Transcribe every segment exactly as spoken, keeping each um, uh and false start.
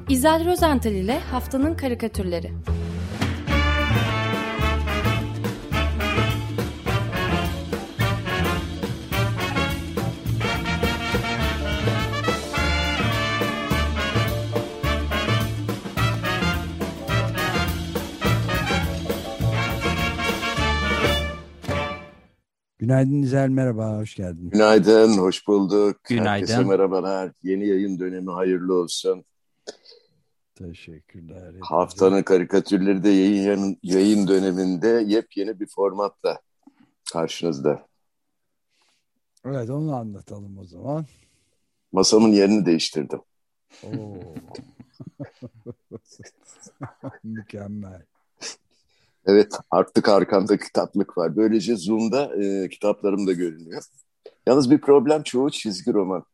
İzel Rozental ile Haftanın Karikatürleri. Günaydın İzel, merhaba, hoş geldin. Günaydın, hoş bulduk. Günaydın. Herkese merhabalar. Yeni yayın dönemi hayırlı olsun. Teşekkürler. Hepinize. Haftanın karikatürleri de yayın, yayın döneminde yepyeni bir formatla karşınızda. Evet, onu anlatalım o zaman. Masamın yerini değiştirdim. Oo. Mükemmel. Evet, artık arkamda kitaplık var. Böylece Zoom'da e, kitaplarım da görünüyor. Yalnız bir problem, çoğu çizgi roman.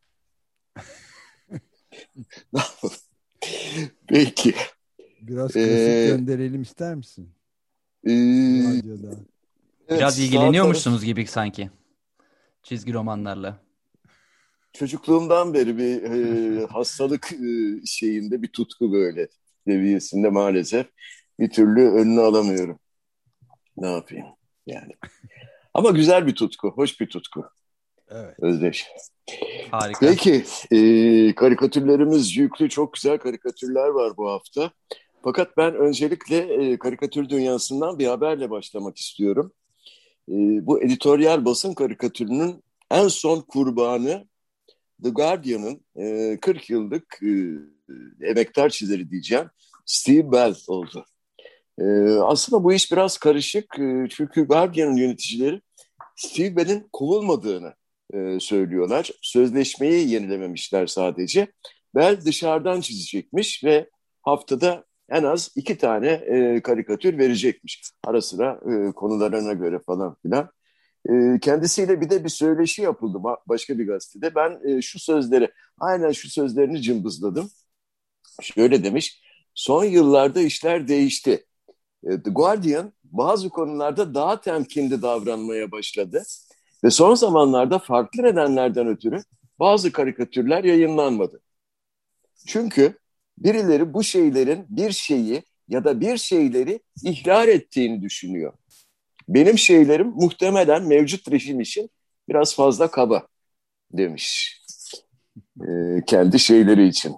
Peki. Biraz klasik Ee, gönderelim ister misin? E, Radyoda. evet, Biraz sağ ilgileniyormuşsunuz taraf- gibi sanki çizgi romanlarla. Çocukluğumdan beri bir e, hastalık e, şeyinde bir tutku böyle seviyesinde maalesef bir türlü önünü alamıyorum. Ne yapayım yani. Ama güzel bir tutku, hoş bir tutku. Evet. Özdeş. Harika. Peki, e, karikatürlerimiz yüklü, çok güzel karikatürler var bu hafta. Fakat ben öncelikle e, karikatür dünyasından bir haberle başlamak istiyorum. E, bu editoryal basın karikatürünün en son kurbanı The Guardian'ın e, kırk yıllık e, emektar çizeri diyeceğim, Steve Bell oldu. E, aslında bu iş biraz karışık, e, çünkü Guardian'ın yöneticileri Steve Bell'in kovulmadığını e, söylüyorlar. Sözleşmeyi yenilememişler sadece. Bell dışarıdan çizecekmiş ve haftada en az iki tane e, karikatür verecekmiş. Ara sıra e, konularına göre falan filan. E, kendisiyle bir de bir söyleşi yapıldı başka bir gazetede. Ben e, şu sözleri, aynen şu sözlerini cımbızladım. Şöyle demiş: son yıllarda işler değişti. E, The Guardian bazı konularda daha temkinli davranmaya başladı. Ve son zamanlarda farklı nedenlerden ötürü bazı karikatürler yayınlanmadı. Çünkü birileri bu şeylerin bir şeyi ya da bir şeyleri ihlal ettiğini düşünüyor. Benim şeylerim muhtemelen mevcut rejim için biraz fazla kaba demiş. Ee, kendi şeyleri için.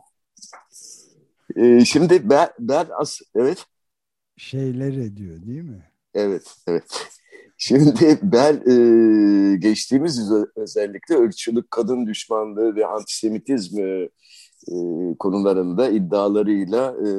Ee, şimdi ben, ben as evet. Şeyler ediyor değil mi? Evet, evet. Şimdi ben e, geçtiğimiz yüzyıl özellikle ırkçılık, kadın düşmanlığı ve antisemitizm e, e, konularında iddialarıyla e,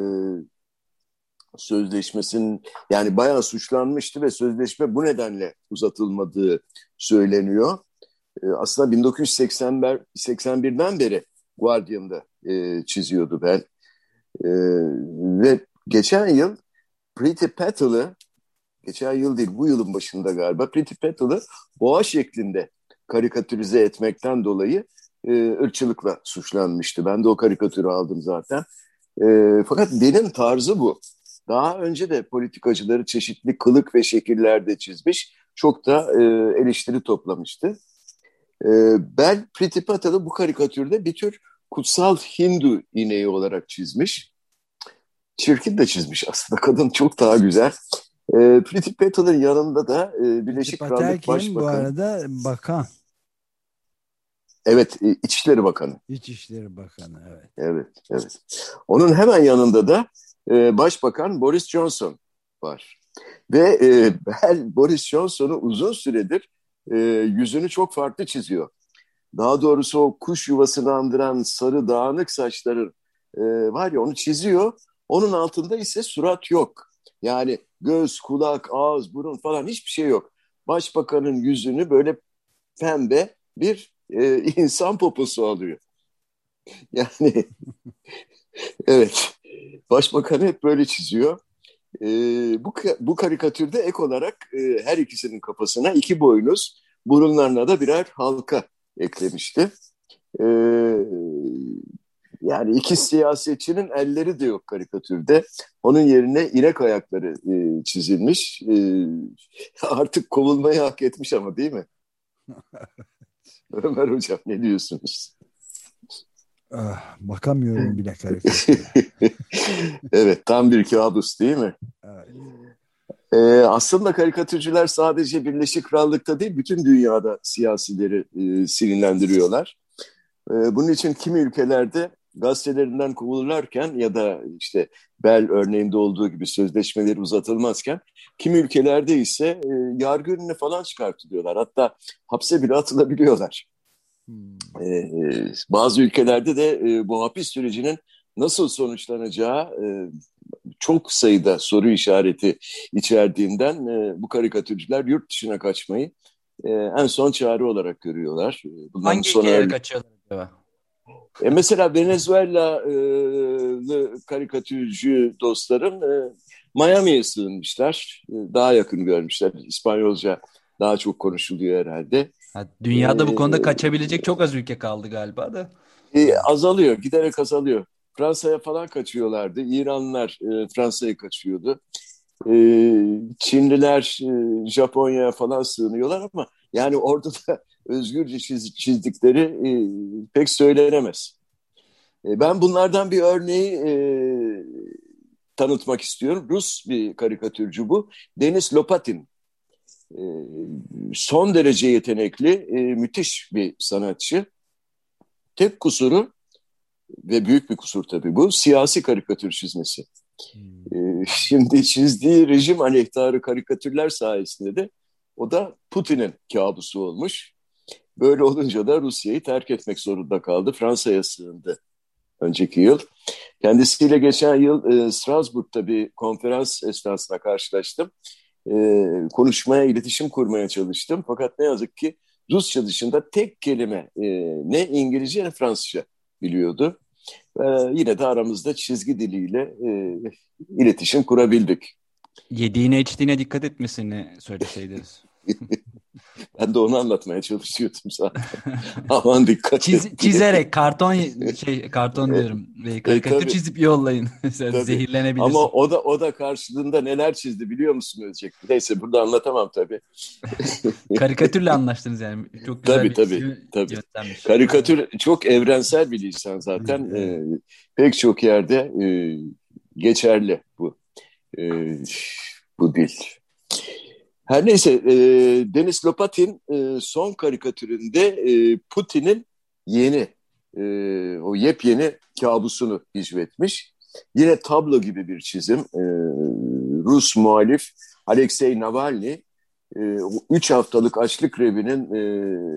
sözleşmesinin, yani bayağı suçlanmıştı ve sözleşme bu nedenle uzatılmadığı söyleniyor. E, aslında bin dokuz yüz seksen birden beri Guardian'da e, çiziyordu ben. E, ve geçen yıl Priti Patel'ı, geçen yıl değil bu yılın başında galiba, Priti Patel'ı boğa şeklinde karikatürize etmekten dolayı e, ırkçılıkla suçlanmıştı. Ben de o karikatürü aldım zaten. E, fakat benim tarzı bu. Daha önce de politikacıları çeşitli kılık ve şekillerde çizmiş. Çok da e, eleştiri toplamıştı. E, ben Priti Patel'ı bu karikatürde bir tür kutsal Hindu ineği olarak çizmiş. Çirkin de çizmiş aslında. Kadın çok daha güzel. E, Priti Patel'ın yanında da e, Birleşik Patel Krallık kim bu Başbakanı. arada? Bakan. Evet, e, İçişleri Bakanı. İçişleri Bakanı, evet. Evet, evet. Onun hemen yanında da e, Başbakan Boris Johnson var. Ve e, ben Boris Johnson'u uzun süredir e, yüzünü çok farklı çiziyor. Daha doğrusu o kuş yuvasını andıran sarı dağınık saçların e, var ya, onu çiziyor. Onun altında ise surat yok. Yani göz, kulak, ağız, burun falan hiçbir şey yok. Başbakanın yüzünü böyle pembe bir e, insan poposu alıyor. Yani evet, başbakanı hep böyle çiziyor. E, bu, bu karikatürde ek olarak e, her ikisinin kafasına iki boynuz, burunlarına da birer halka eklemişti. E, yani iki siyasetçinin elleri de yok karikatürde. Onun yerine inek ayakları e, çizilmiş. E, artık kovulmayı hak etmiş ama, değil mi? Ömer Hocam, ne diyorsunuz? Ah, bakamıyorum bile karikatüre. Evet, tam bir kabus değil mi? Evet. Ee, aslında karikatürcüler sadece Birleşik Krallık'ta değil, bütün dünyada siyasileri e, sinirlendiriyorlar. E, bunun için kimi ülkelerde gazetelerinden kovulurlarken ya da işte Bell örneğinde olduğu gibi sözleşmeleri uzatılmazken, kimi ülkelerde ise e, yargı önüne falan çıkartılıyorlar. Hatta hapse bile atılabiliyorlar. Hmm. E, e, bazı ülkelerde de e, bu hapis sürecinin nasıl sonuçlanacağı e, çok sayıda soru işareti içerdiğinden e, bu karikatürcüler yurt dışına kaçmayı e, en son çare olarak görüyorlar. Bunların Hangi son ülkelere örneği. kaçıyorlar acaba? E mesela Venezuelalı karikatürcü dostlarım e, Miami'ye sığınmışlar. E, daha yakın görmüşler. İspanyolca daha çok konuşuluyor herhalde. Ha, E, dünyada bu konuda kaçabilecek çok az ülke kaldı galiba da. e, azalıyor, giderek azalıyor. Fransa'ya falan kaçıyorlardı. İranlılar e, Fransa'ya kaçıyordu. E, Çinliler e, Japonya'ya falan sığınıyorlar ama yani orada da özgürce çiz, çizdikleri e, pek söylenemez. E, ben bunlardan bir örneği e, tanıtmak istiyorum. Rus bir karikatürcü bu. Denis Lopatin. E, son derece yetenekli, e, müthiş bir sanatçı. Tek kusuru ve büyük bir kusur tabii bu, siyasi karikatür çizmesi. E, Hmm. şimdi çizdiği rejim aleyhtarı karikatürler sayesinde de o da Putin'in kabusu olmuş. Böyle olunca da Rusya'yı terk etmek zorunda kaldı. Fransa'ya sığındı önceki yıl. Kendisiyle geçen yıl e, Strasbourg'da bir konferans esnasında karşılaştım. E, konuşmaya, iletişim kurmaya çalıştım. Fakat ne yazık ki Rusça dışında tek kelime e, ne İngilizce ne Fransızca biliyordu. E, yine de aramızda çizgi diliyle e, iletişim kurabildik. Yediğine içtiğine dikkat etmesini söyleseydiniz. Ben de onu anlatmaya çalışıyordum zaten. Aman dikkat et Çiz, diye. çizerek karton şey karton E, diyorum. E, e, karikatür tabii. çizip yollayın. Mesela Tabii. Ama zehirlenebilirsin. o da o da karşılığında neler çizdi biliyor musun Özcek? Neyse burada anlatamam tabii. Karikatürle anlaştınız yani. Çok güzel Tabii bir tabii tabii. yöntemmiş. Karikatür çok evrensel bir lisan zaten. Evet. Ee, pek çok yerde e, geçerli bu e, bu dil. Her neyse e, Denis Lopatin e, son karikatüründe e, Putin'in yeni e, o yepyeni kabusunu hicvetmiş. Yine tablo gibi bir çizim. E, Rus muhalif Alexei Navalny e, üç haftalık açlık grevinin e,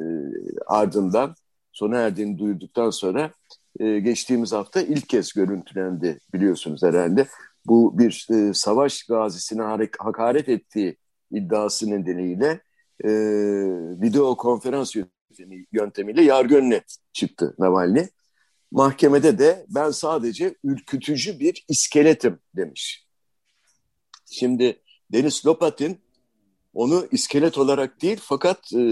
ardından sona erdiğini duyduktan sonra e, geçtiğimiz hafta ilk kez görüntülendi biliyorsunuz herhalde. Bu bir e, savaş gazisine hakaret ettiği iddiası nedeniyle e, video konferans yöntemi, yöntemiyle yargı önüne çıktı Navalny. Mahkemede de ben sadece ürkütücü bir iskeletim demiş. Şimdi Denis Lopatin onu iskelet olarak değil fakat e,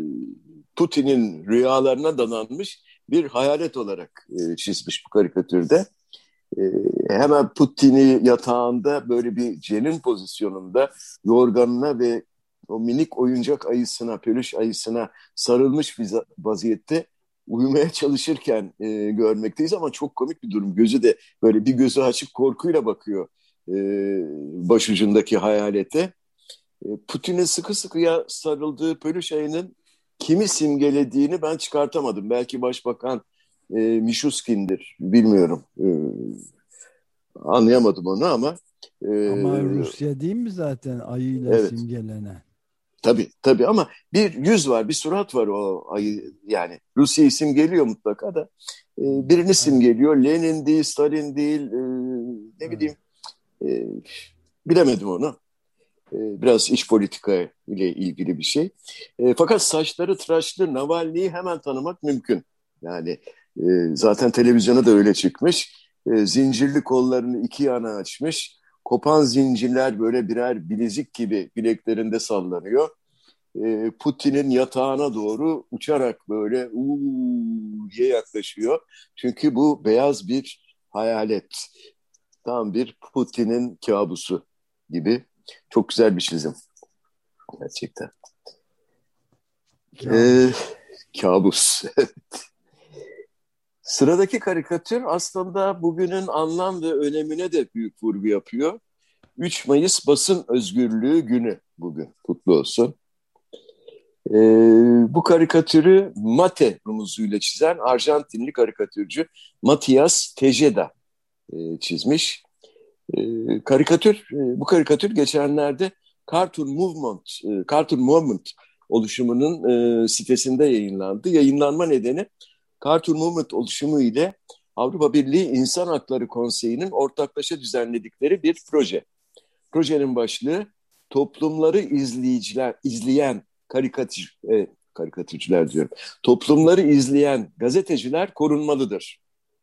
Putin'in rüyalarına dadanmış bir hayalet olarak e, çizmiş bu karikatürde. E, hemen Putin'i yatağında böyle bir cenin pozisyonunda yorganına ve o minik oyuncak ayısına, peluş ayısına sarılmış bir vaziyette uyumaya çalışırken e, görmekteyiz ama çok komik bir durum. Gözü de böyle bir gözü açık korkuyla bakıyor e, başucundaki hayalete. Putin'in sıkı sıkıya sarıldığı peluş ayının kimi simgelediğini ben çıkartamadım. Belki Başbakan e, Mishustin'dir, bilmiyorum. E, anlayamadım onu ama e, Ama Rusya değil mi zaten ayıyla evet, simgelenen? tabii tabii ama bir yüz var, bir surat var o ayı, yani Rusya simgeliyor mutlaka da e, birini Evet. simgeliyor. Lenin değil, Stalin değil, e, ne Evet. bileyim, e, bilemedim onu. Biraz iç politika ile ilgili bir şey. E, fakat saçları tıraşlı Navalny'yi hemen tanımak mümkün. Yani e, zaten televizyona da öyle çıkmış. E, zincirli kollarını iki yana açmış. Kopan zincirler böyle birer bilezik gibi bileklerinde sallanıyor. E, Putin'in yatağına doğru uçarak böyle uuu diye yaklaşıyor. Çünkü bu beyaz bir hayalet. Tam bir Putin'in kabusu gibi. Çok güzel bir çizim gerçekten. Ee, Kabus. kabus. Sıradaki karikatür aslında bugünün anlam ve önemine de büyük vurgu yapıyor. üç Mayıs Basın Özgürlüğü Günü bugün. Kutlu olsun. Ee, bu karikatürü mate rumuzuyla çizen Arjantinli karikatürcü Matias Tejeda e, çizmiş. E, karikatür, e, bu karikatür geçenlerde Cartoon Movement, e, Cartoon Movement oluşumunun e, sitesinde yayınlandı. Yayınlanma nedeni Cartoon Movement oluşumu ile Avrupa Birliği İnsan Hakları Konseyi'nin ortaklaşa düzenledikleri bir proje. Projenin başlığı toplumları izleyiciler, izleyen karikatür, e, karikatürcüler diyorum. Toplumları izleyen gazeteciler korunmalıdır.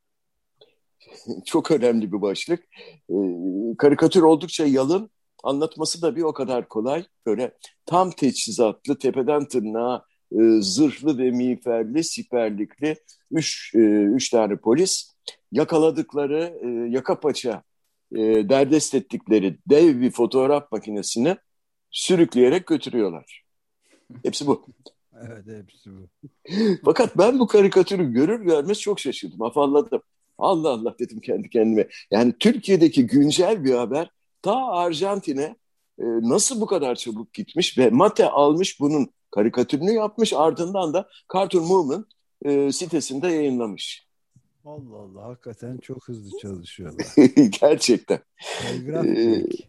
Çok önemli bir başlık. E, karikatür oldukça yalın, anlatması da bir o kadar kolay. Böyle tam teçhizatlı, tepeden tırnağa e, zırhlı ve miğferli, siperlikli üç, e, üç tane polis yakaladıkları e, yaka paça e, derdest ettikleri dev bir fotoğraf makinesini sürükleyerek götürüyorlar. Hepsi bu. Evet, hepsi bu. Fakat ben bu karikatürü görür görmez çok şaşırdım, afalladım. Allah Allah dedim kendi kendime. Yani Türkiye'deki güncel bir haber ta Arjantin'e e, nasıl bu kadar çabuk gitmiş ve Mate almış bunun karikatürünü yapmış, ardından da Cartoon Movement e, sitesinde yayınlamış. Allah Allah, hakikaten çok hızlı çalışıyorlar. Gerçekten. Telgraf direkt.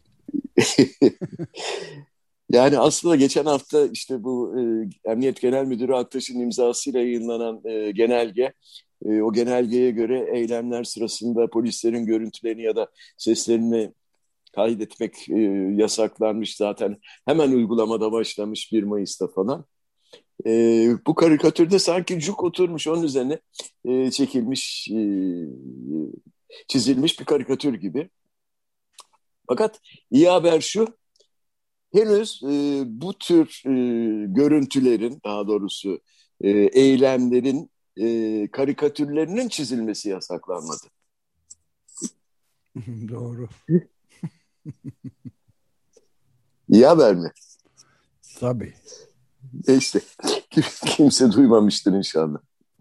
Yani aslında geçen hafta işte bu e, Emniyet Genel Müdürü Aktaş'ın imzasıyla yayınlanan e, genelge, e, o genelgeye göre eylemler sırasında polislerin görüntülerini ya da seslerini kaydetmek e, yasaklanmış zaten. Hemen uygulamada başlamış bir Mayıs'ta falan. E, bu karikatürde sanki cuk oturmuş, onun üzerine e, çekilmiş, e, çizilmiş bir karikatür gibi. Fakat iyi haber şu, henüz e, bu tür e, görüntülerin, daha doğrusu e, eylemlerin e, karikatürlerinin çizilmesi yasaklanmadı. Doğru. İyi haber mi? Tabii. E işte kimse duymamıştır inşallah.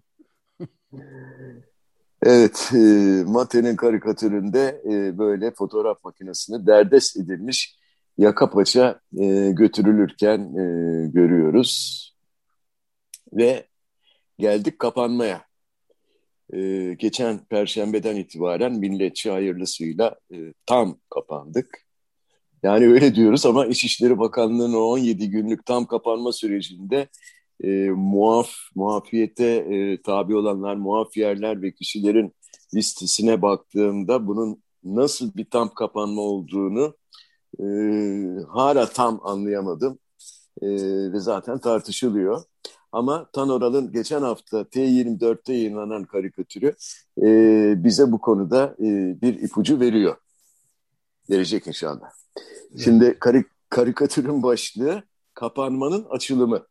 Evet, e, Mate'nin karikatüründe e, böyle fotoğraf makinesine derdest edilmiş yaka paça e, götürülürken e, görüyoruz. Ve geldik kapanmaya. E, geçen Perşembeden itibaren milletçe hayırlısıyla e, tam kapandık. Yani öyle diyoruz ama İçişleri Bakanlığı'nın o on yedi günlük tam kapanma sürecinde e, muaf, muafiyete e, tabi olanlar, muaf yerler ve kişilerin listesine baktığımda bunun nasıl bir tam kapanma olduğunu e, hala tam anlayamadım. E, ve zaten tartışılıyor. Ama Tanoral'ın geçen hafta T yirmi dörtte yayınlanan karikatürü e, bize bu konuda e, bir ipucu veriyor. Verecek inşallah. Evet. Şimdi karik karikatürün başlığı kapanmanın açılımı.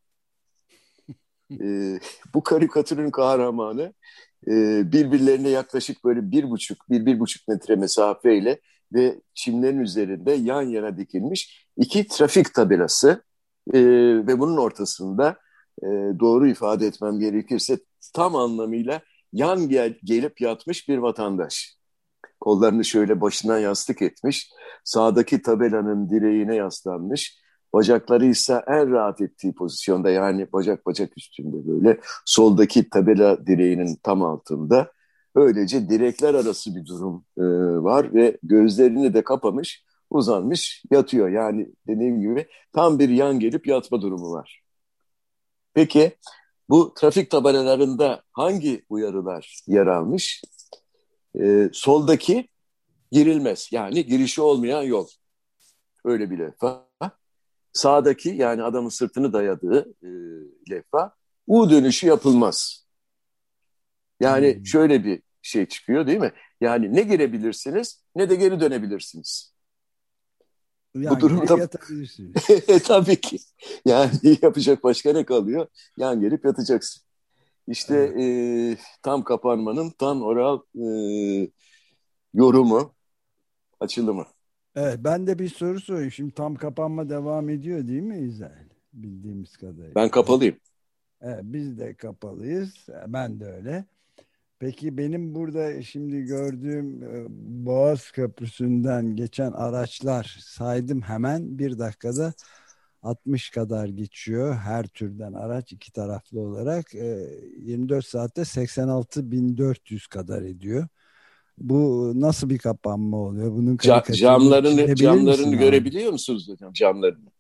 e, bu karikatürün kahramanı e, birbirlerine yaklaşık böyle bir buçuk, bir, bir buçuk metre mesafeyle ve çimlerin üzerinde yan yana dikilmiş iki trafik tabelası e, ve bunun ortasında e, doğru ifade etmem gerekirse tam anlamıyla yan gel gelip yatmış bir vatandaş. Kollarını şöyle başına yastık etmiş, sağdaki tabelanın direğine yaslanmış, bacakları ise en rahat ettiği pozisyonda, yani bacak bacak üstünde böyle, soldaki tabela direğinin tam altında. Öylece direkler arası bir durum e, var ve gözlerini de kapamış, uzanmış yatıyor. Yani dediğim gibi tam bir yan gelip yatma durumu var. Peki bu trafik tabelalarında hangi uyarılar yer almış? Ee, soldaki girilmez, yani girişi olmayan yol. Öyle bir levha. Sağdaki, yani adamın sırtını dayadığı e, levha, U dönüşü yapılmaz. Yani hmm. şöyle bir şey çıkıyor değil mi? Yani ne girebilirsiniz ne de geri dönebilirsiniz. Yani bu durumda yatabilirsiniz. Tabii ki. Yani yapacak başka ne kalıyor? Yan gelip yatacaksın. İşte evet. e, tam kapanmanın tam oral e, yorumu, açılımı. Evet, ben de bir soru sorayım. Şimdi tam kapanma devam ediyor değil mi İsrail? Bildiğimiz kadarıyla. Ben kapalıyım. Evet, biz de kapalıyız. Ben de öyle. Peki benim burada şimdi gördüğüm e, Boğaz Köprüsü'nden geçen araçlar saydım hemen bir dakikada altmış kadar geçiyor. Her türden araç iki taraflı olarak e, yirmi dört saatte seksen altı bin dört yüz kadar ediyor. Bu nasıl bir kapanma oluyor? Bunun Ca- karikatürünü camlarını çizebilir misin camlarını abi? görebiliyor musunuz hocam? Camlarını.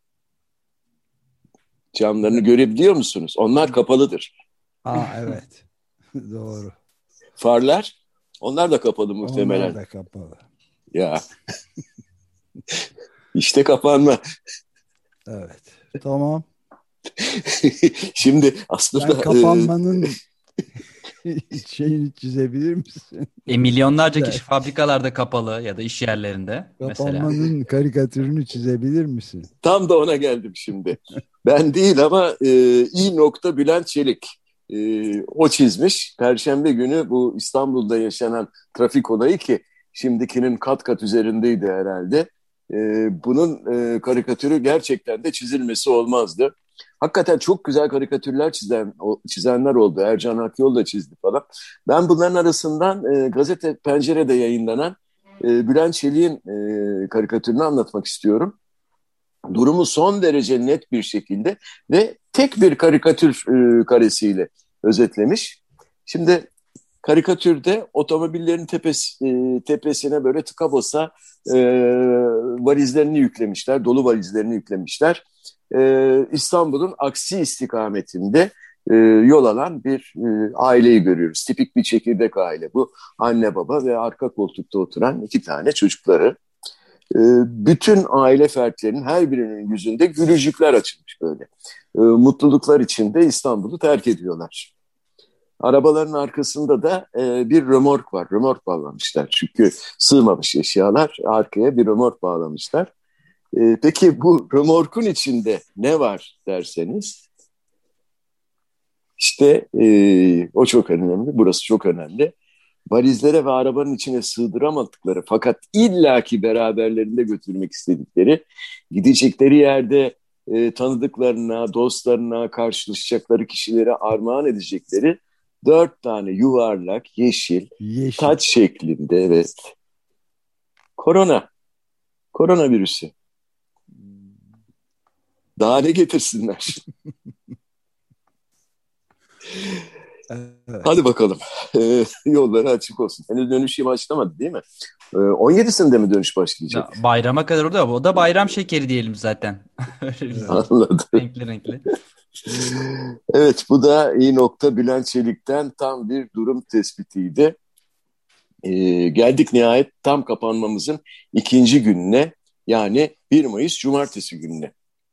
Camlarını görebiliyor musunuz? Onlar kapalıdır. Aa, evet. Doğru. Farlar, onlar da kapalı Onlar muhtemelen. da kapalı. Ya işte kapanma. Evet. Tamam. Şimdi Sen aslında e, kapanmanın şeyini çizebilir misin? E, milyonlarca Güzel. kişi fabrikalarda kapalı ya da iş yerlerinde mesela. Kapanmanın karikatürünü çizebilir misin? tam da ona geldim şimdi. Ben değil ama e, İ. nokta Bülent Çelik e, o çizmiş. Perşembe günü bu İstanbul'da yaşanan trafik olayı ki şimdikinin kat kat üzerindeydi herhalde. E, bunun e, karikatürü gerçekten de çizilmesi olmazdı. Hakikaten çok güzel karikatürler çizen o, çizenler oldu. Ercan Akyol da çizdi falan. Ben bunların arasından e, gazete Pencere'de yayınlanan e, Bülent Çelik'in e, karikatürünü anlatmak istiyorum. Durumu son derece net bir şekilde ve tek bir karikatür e, karesiyle özetlemiş. Şimdi karikatürde otomobillerin tepesi, e, tepesine böyle tıka basa e, valizlerini yüklemişler, dolu valizlerini yüklemişler. E, İstanbul'un aksi istikametinde e, yol alan bir e, aileyi görüyoruz. Tipik bir çekirdek aile bu. Anne baba ve arka koltukta oturan iki tane çocukları. E, bütün aile fertlerinin her birinin yüzünde gülücükler açılmış böyle. E, mutluluklar içinde İstanbul'u terk ediyorlar. Arabaların arkasında da e, bir römork var. Römork bağlamışlar. Çünkü sığmamış eşyalar. Arkaya bir römork bağlamışlar. E, peki bu römorkun içinde ne var derseniz, işte e, o çok önemli. Burası çok önemli. Valizlere ve arabanın içine sığdıramadıkları fakat illaki beraberlerinde götürmek istedikleri, gidecekleri yerde e, tanıdıklarına, dostlarına, karşılaşacakları kişilere armağan edecekleri dört tane yuvarlak, yeşil, Yeşil. taç şeklinde, evet. Korona, koronavirüsü. Daha ne getirsinler? Evet. Hadi bakalım. E, yolları açık olsun. Henüz dönüş başlamadı değil mi? E, on yedisinde mi dönüş başlayacak? Da- Bayrama kadar orada. O da bayram şekeri diyelim zaten. Evet. Anladım. Renkli renkli. Evet, bu da İ. nokta Bülent Çelik'ten tam bir durum tespitiydi. Ee, geldik nihayet tam kapanmamızın ikinci gününe, yani bir Mayıs Cumartesi gününe.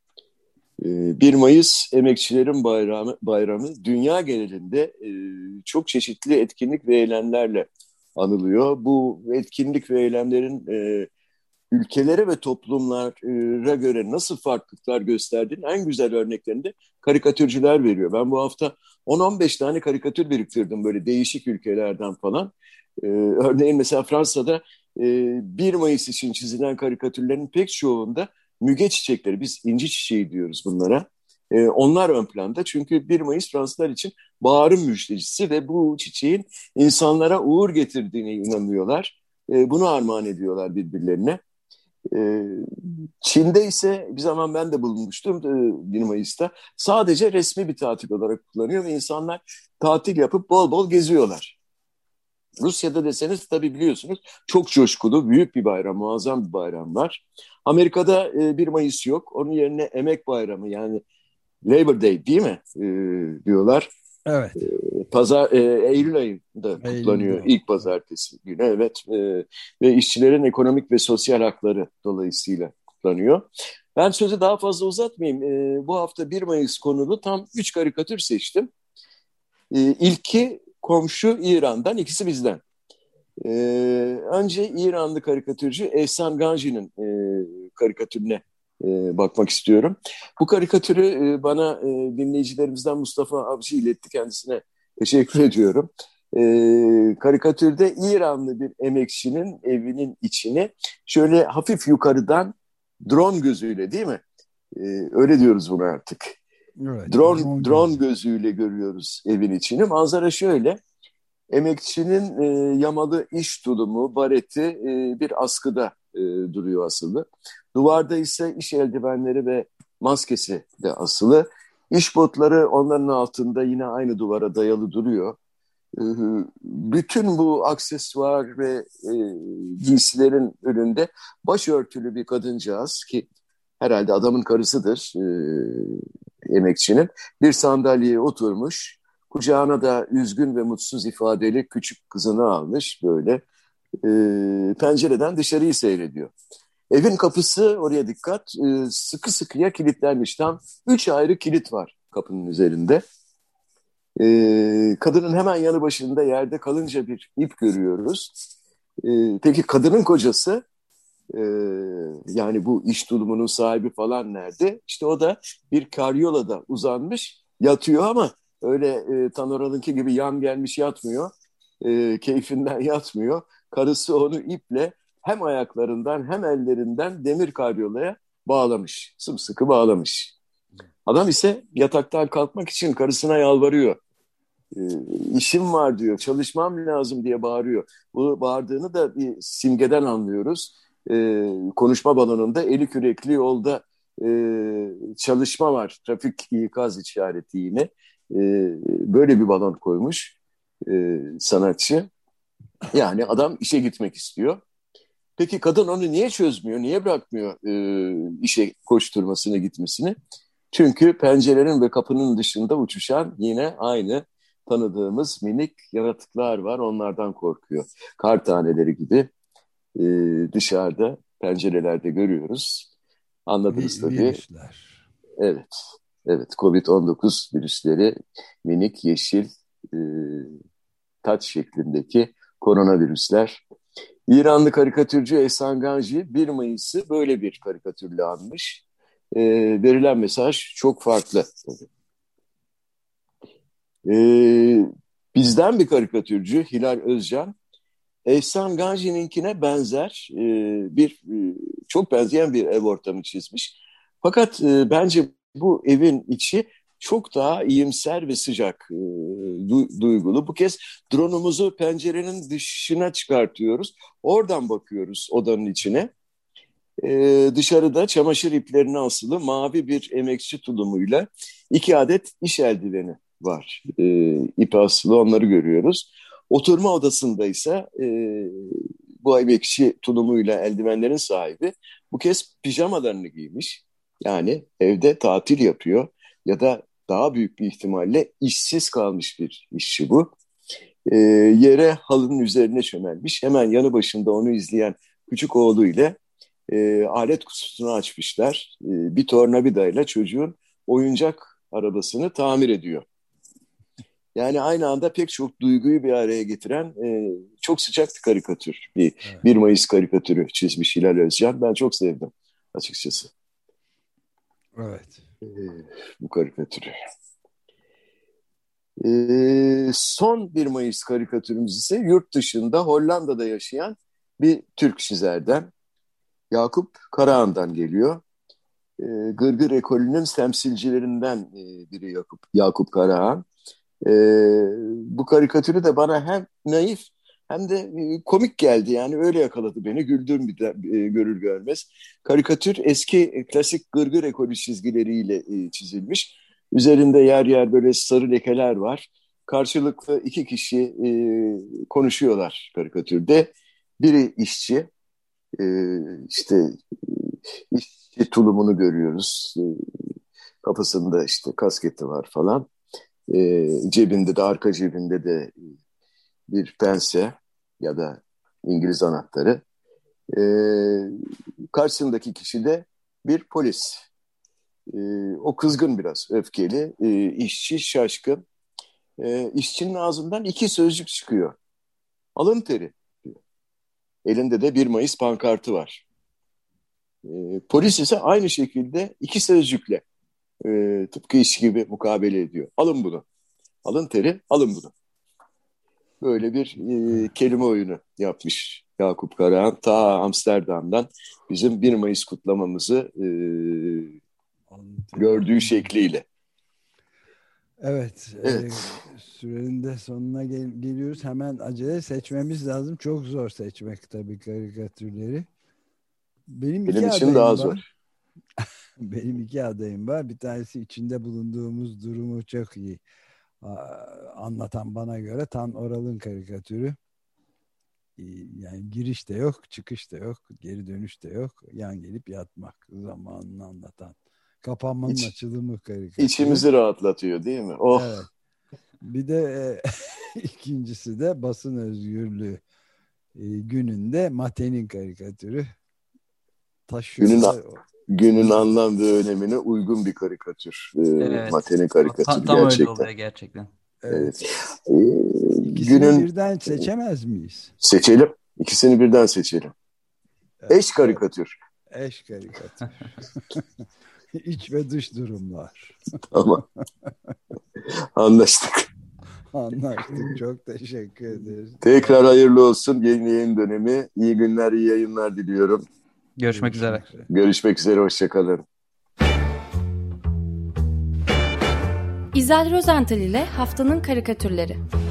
Ee, bir Mayıs Emekçilerin Bayramı, bayramı dünya genelinde e, çok çeşitli etkinlik ve eylemlerle anılıyor. Bu etkinlik ve eylemlerin e, ülkelere ve toplumlara göre nasıl farklılıklar gösterdiğinin en güzel örneklerini de karikatürcüler veriyor. Ben bu hafta on on beş tane karikatür biriktirdim böyle değişik ülkelerden falan. Ee, örneğin mesela Fransa'da e, bir Mayıs için çizilen karikatürlerin pek çoğunda müge çiçekleri, biz inci çiçeği diyoruz bunlara. Ee, onlar ön planda çünkü bir Mayıs Fransızlar için baharın müjdecisi ve bu çiçeğin insanlara uğur getirdiğine inanıyorlar. Ee, bunu armağan ediyorlar birbirlerine. Ee, Çin'de ise bir zaman ben de bulunmuştum e, bir Mayıs'ta. Sadece resmi bir tatil olarak kullanıyor ve insanlar tatil yapıp bol bol geziyorlar. Rusya'da deseniz tabii biliyorsunuz çok coşkulu, büyük bir bayram, muazzam bir bayram var. Amerika'da e, bir Mayıs yok. Onun yerine Emek Bayramı, yani Labor Day değil mi e, diyorlar. Evet. Pazar, e, Eylül ayında kutlanıyor Eylül'de. ilk pazartesi günü, evet. E, ve işçilerin ekonomik ve sosyal hakları dolayısıyla kutlanıyor. Ben sözü daha fazla uzatmayayım. E, bu hafta bir Mayıs konulu tam üç karikatür seçtim. E, ilki komşu İran'dan, ikisi bizden. E, önce İranlı karikatürcü Ehsan Ganji'nin e, karikatürüne e, bakmak istiyorum. Bu karikatürü e, bana e, dinleyicilerimizden Mustafa Avcı iletti, kendisine teşekkür ediyorum. E, karikatürde İranlı bir emekçinin evinin içini şöyle hafif yukarıdan drone gözüyle, değil mi? E, öyle diyoruz bunu artık. Evet. Drone, Drone drone gözü. gözüyle görüyoruz evin içini. Manzara şöyle. Emekçinin e, yamalı iş tulumu, bareti e, bir askıda e, duruyor asılı. Duvarda ise iş eldivenleri ve maskesi de asılı. İş botları onların altında yine aynı duvara dayalı duruyor. E, bütün bu aksesuar ve e, giysilerin önünde başörtülü bir kadıncağız ki herhalde adamın karısıdır e, emekçinin. Bir sandalyeye oturmuş. Kucağına da üzgün ve mutsuz ifadeli küçük kızını almış böyle. E, pencereden dışarıyı seyrediyor. Evin kapısı oraya dikkat e, sıkı sıkıya kilitlenmiş. Tam üç ayrı kilit var kapının üzerinde. E, kadının hemen yanı başında yerde kalınca bir ip görüyoruz. E, peki kadının kocası e, yani bu iş tulumunun sahibi falan nerede? İşte o da bir karyolada uzanmış yatıyor ama öyle e, Tanora'nınki gibi yan gelmiş yatmıyor. E, keyfinden yatmıyor. Karısı onu iple hem ayaklarından hem ellerinden demir karyolaya bağlamış. Sımsıkı bağlamış. Adam ise yataktan kalkmak için karısına yalvarıyor. E, işim var diyor, çalışmam lazım diye bağırıyor. Bu bağırdığını da bir simgeden anlıyoruz. E, konuşma balonunda eli kürekli yolda e, çalışma var. Trafik ikaz işareti yine. E, böyle bir balon koymuş e, sanatçı. Yani adam işe gitmek istiyor. Peki kadın onu niye çözmüyor, niye bırakmıyor e, işe koşturmasını, gitmesini? Çünkü pencerenin ve kapının dışında uçuşan yine aynı tanıdığımız minik yaratıklar var. Onlardan korkuyor. Kar taneleri gibi e, dışarıda pencerelerde görüyoruz. Anladınız Vi- tabii. Virüsler. Evet, evet. kovid on dokuz virüsleri minik yeşil e, taç şeklindeki koronavirüsler. İranlı karikatürcü Ehsan Ganji bir Mayıs'ı böyle bir karikatürle anmış. E, verilen mesaj çok farklı. E, bizden bir karikatürcü Hilal Özcan, Ehsan Ganji'ninkine benzer e, bir e, çok benzeyen bir ev ortamı çizmiş. Fakat e, bence bu evin içi çok daha iyimser ve sıcak, e, du- duygulu. Bu kez drone'umuzu pencerenin dışına çıkartıyoruz. Oradan bakıyoruz odanın içine. E, dışarıda çamaşır iplerine asılı mavi bir emekçi tulumuyla iki adet iş eldiveni var. E, ipe asılı onları görüyoruz. Oturma odasında ise e, bu emekçi tulumuyla eldivenlerin sahibi bu kez pijamalarını giymiş. Yani evde tatil yapıyor ya da daha büyük bir ihtimalle işsiz kalmış bir işçi bu. E, yere halının üzerine çömelmiş. Hemen yanı başında onu izleyen küçük oğluyla e, alet kutusunu açmışlar. E, bir tornavidayla çocuğun oyuncak arabasını tamir ediyor. Yani aynı anda pek çok duyguyu bir araya getiren e, çok sıcak bir karikatür. Bir, Evet. bir Mayıs karikatürü çizmiş Hilal Özcan. Ben çok sevdim açıkçası Evet. e, bu karikatürü. E, son bir Mayıs karikatürümüz ise yurt dışında Hollanda'da yaşayan bir Türk çizerden Yakup Karahan'dan geliyor. E, Gırgır ekolünün temsilcilerinden e, biri Yakup, Yakup Karahan. E, bu karikatürü de bana hem naif hem de e, komik geldi. Yani öyle yakaladı beni. Güldüm bir de, e, görür görmez. Karikatür eski e, klasik Gırgır ekolü çizgileriyle e, çizilmiş. Üzerinde yer yer böyle sarı lekeler var. Karşılıklı iki kişi e, konuşuyorlar karikatürde. Biri işçi, e, işte e, işçi tulumunu görüyoruz. E, kafasında işte kasketi var falan. E, cebinde de arka cebinde de bir pense ya da İngiliz anahtarı. E, karşısındaki kişi de bir polis. E, o kızgın biraz, öfkeli. E, işçi şaşkın. E, işçinin ağzından iki sözcük çıkıyor. Alın teri diyor. Elinde de bir Mayıs pankartı var. E, polis ise aynı şekilde iki sözcükle e, tıpkı iş gibi mukabele ediyor. Alın bunu. Alın teri, alın bunu. Böyle bir e, kelime oyunu yapmış Yakup Karahan. Ta Amsterdam'dan bizim bir Mayıs kutlamamızı e, gördüğü şekliyle. Evet, Evet. e, sürenin de sonuna gel- geliyoruz. Hemen acele seçmemiz lazım. Çok zor seçmek tabii karikatürleri. Benim Benim iki için daha adayım zor. var. Benim iki adayım var. Bir tanesi içinde bulunduğumuz durumu çok iyi a- anlatan, bana göre Tan Oral'ın karikatürü. E, Yani giriş de yok, çıkış da yok, geri dönüş de yok. Yan gelip yatmak zamanını anlatan. Kapanmanın İç, açılımı karikatürü. içimizi rahatlatıyor değil mi? Oh, Evet. Bir de e, ikincisi de basın özgürlüğü e, gününde Mate'nin karikatürü taşıyor günün da günün anlam ve önemine uygun bir karikatür. Ee, Evet. Mate'nin Ta- karikatürü tam öyle gerçekten. oluyor gerçekten. evet, Evet. Ee, ikisini günün birden seçemez miyiz? seçelim. İkisini birden seçelim. Eş Evet, karikatür. eş karikatür. İç ve dış durumlar. Ama anlaştık. Anlaştık. Çok teşekkür ederiz. Tekrar hayırlı olsun yeni yayın dönemi. İyi günler, iyi yayınlar diliyorum. Görüşmek üzere. Görüşmek üzere. Görüşmek üzere, hoşçakalın. İzel Rozental ile Haftanın Karikatürleri.